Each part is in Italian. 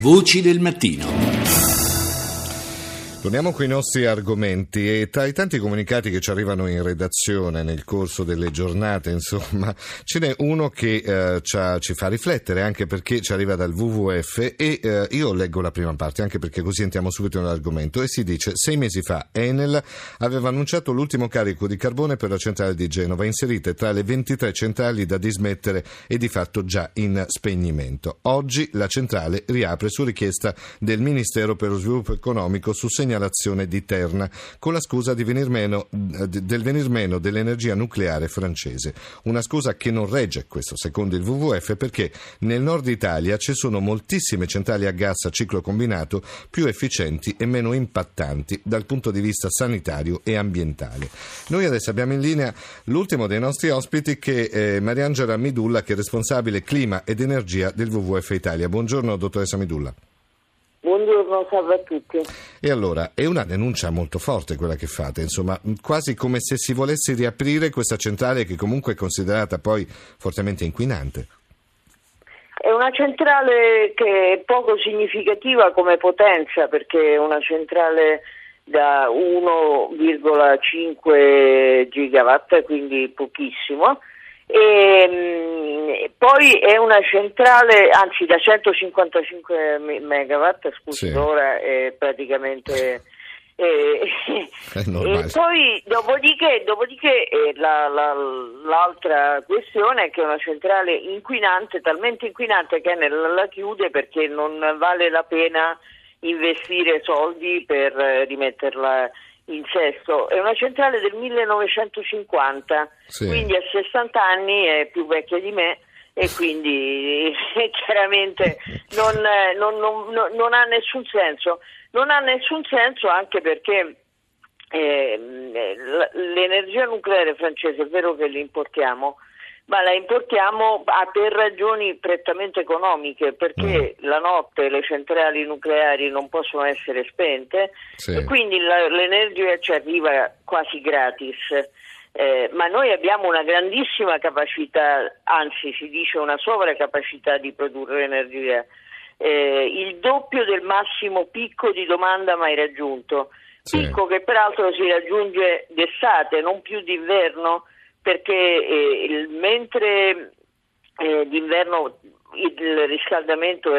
Voci del mattino. Torniamo con i nostri argomenti e tra i tanti comunicati che ci arrivano in redazione nel corso delle giornate, insomma, ce n'è uno che ci fa riflettere, anche perché ci arriva dal WWF e io leggo la prima parte, anche perché così entriamo subito nell'argomento, e si dice: 6 mesi fa Enel aveva annunciato l'ultimo carico di carbone per la centrale di Genova, inserite tra le 23 centrali da dismettere e di fatto già in spegnimento. Oggi la centrale riapre su richiesta del Ministero per lo Sviluppo Economico su segnalazione di Terna, con la scusa del venir meno dell'energia nucleare francese. Una scusa che non regge, questo secondo il WWF, perché nel nord Italia ci sono moltissime centrali a gas a ciclo combinato più efficienti e meno impattanti dal punto di vista sanitario e ambientale. Noi adesso abbiamo in linea l'ultimo dei nostri ospiti, che è Mariangela Midulla, che è responsabile clima ed energia del WWF Italia. Buongiorno dottoressa Midulla. Buongiorno, salve a tutti. E allora, è una denuncia molto forte quella che fate, insomma, quasi come se si volesse riaprire questa centrale che comunque è considerata poi fortemente inquinante. È una centrale che è poco significativa come potenza, perché è una centrale da 1,5 gigawatt, quindi pochissimo. E poi è una centrale, anzi da 155 megawatt, scusi, sì. Ora è praticamente e poi dopodiché l'altra questione è che è una centrale inquinante, talmente inquinante che Enel la chiude perché non vale la pena investire soldi per rimetterla in sesto. È una centrale del 1950, sì. Quindi a 60 anni è più vecchia di me e quindi chiaramente non ha nessun senso. Non ha nessun senso anche perché l'energia nucleare francese è vero che l'importiamo, ma la importiamo per ragioni prettamente economiche, perché la notte le centrali nucleari non possono essere spente, sì. E quindi l'energia ci arriva quasi gratis. Ma noi abbiamo una grandissima capacità, anzi si dice una sovracapacità di produrre energia, il doppio del massimo picco di domanda mai raggiunto, sì. Picco che peraltro si raggiunge d'estate, non più d'inverno, perché mentre d'inverno il riscaldamento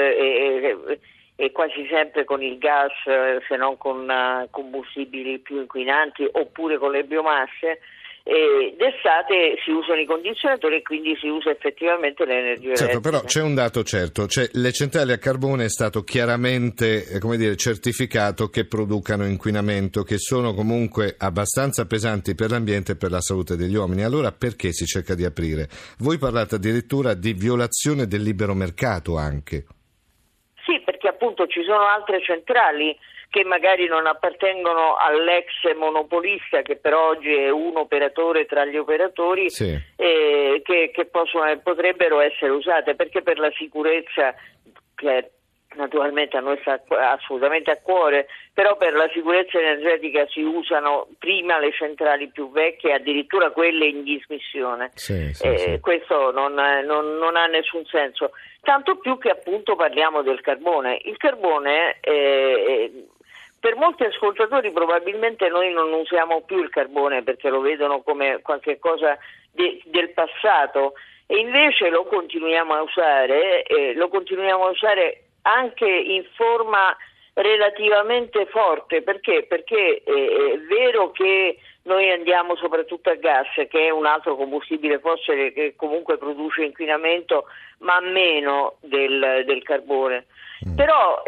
è quasi sempre con il gas, se non con combustibili più inquinanti oppure con le biomasse, d'estate si usano i condizionatori e quindi si usa effettivamente l'energia elettrica. Certo, però c'è un dato certo, cioè le centrali a carbone è stato chiaramente certificato che producano inquinamento, che sono comunque abbastanza pesanti per l'ambiente e per la salute degli uomini. Allora perché si cerca di aprire? Voi parlate addirittura di violazione del libero mercato anche. Sì, perché appunto ci sono altre centrali che magari non appartengono all'ex monopolista, che per oggi è un operatore tra gli operatori, sì. Che potrebbero essere usate, perché per la sicurezza, che naturalmente a noi sta assolutamente a cuore, però per la sicurezza energetica si usano prima le centrali più vecchie, addirittura quelle in dismissione. Sì. Questo non ha nessun senso, tanto più che appunto parliamo del carbone. Il carbone per molti ascoltatori probabilmente noi non usiamo più il carbone perché lo vedono come qualche cosa del passato, e invece lo continuiamo a usare anche in forma relativamente forte. Perché? Perché è vero che noi andiamo soprattutto a gas, che è un altro combustibile fossile che comunque produce inquinamento, ma meno del carbone. Però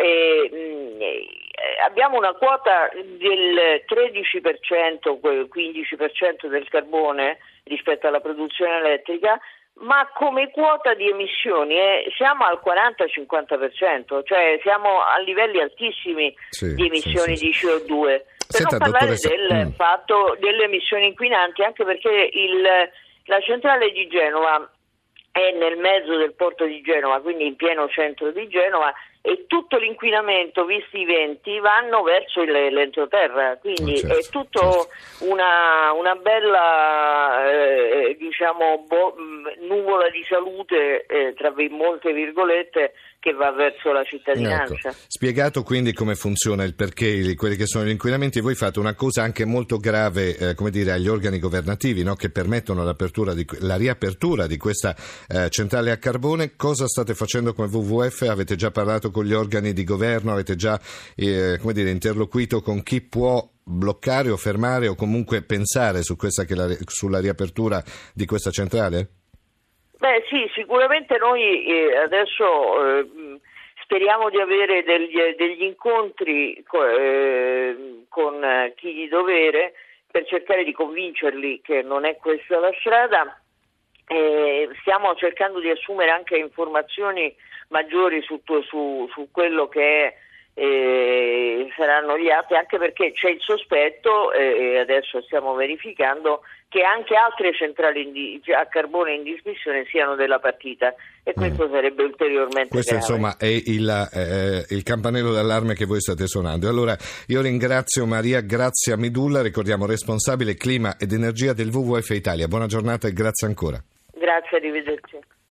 abbiamo una quota del 13%, 15% del carbone rispetto alla produzione elettrica, ma come quota di emissioni siamo al 40-50%, cioè siamo a livelli altissimi di emissioni di CO2. Per non parlare del fatto delle emissioni inquinanti, anche perché la centrale di Genova è nel mezzo del porto di Genova, quindi in pieno centro di Genova, e tutto l'inquinamento, visti i venti, vanno verso l'entroterra, quindi certo, è tutto una bella nuvola di salute, tra molte virgolette, che va verso la cittadinanza. Ecco. Spiegato quindi come funziona, il perché di quelli che sono gli inquinamenti, voi fate una cosa anche molto grave, agli organi governativi, no? Che permettono la riapertura di questa centrale a carbone. Cosa state facendo come WWF? Avete già parlato con gli organi di governo? Avete già interloquito con chi può bloccare o fermare o comunque pensare sulla riapertura di questa centrale? Beh sì, sicuramente noi adesso speriamo di avere degli incontri con chi di dovere per cercare di convincerli che non è questa la strada. Stiamo cercando di assumere anche informazioni maggiori su quello che saranno gli atti, anche perché c'è il sospetto, e adesso stiamo verificando, che anche altre centrali a carbone in dismissione siano della partita, e questo sarebbe ulteriormente questo grave. Insomma è il campanello d'allarme che voi state suonando. Allora io ringrazio Maria Grazia Midulla, ricordiamo responsabile clima ed energia del WWF Italia. Buona giornata e grazie ancora. Grazie, arrivederci.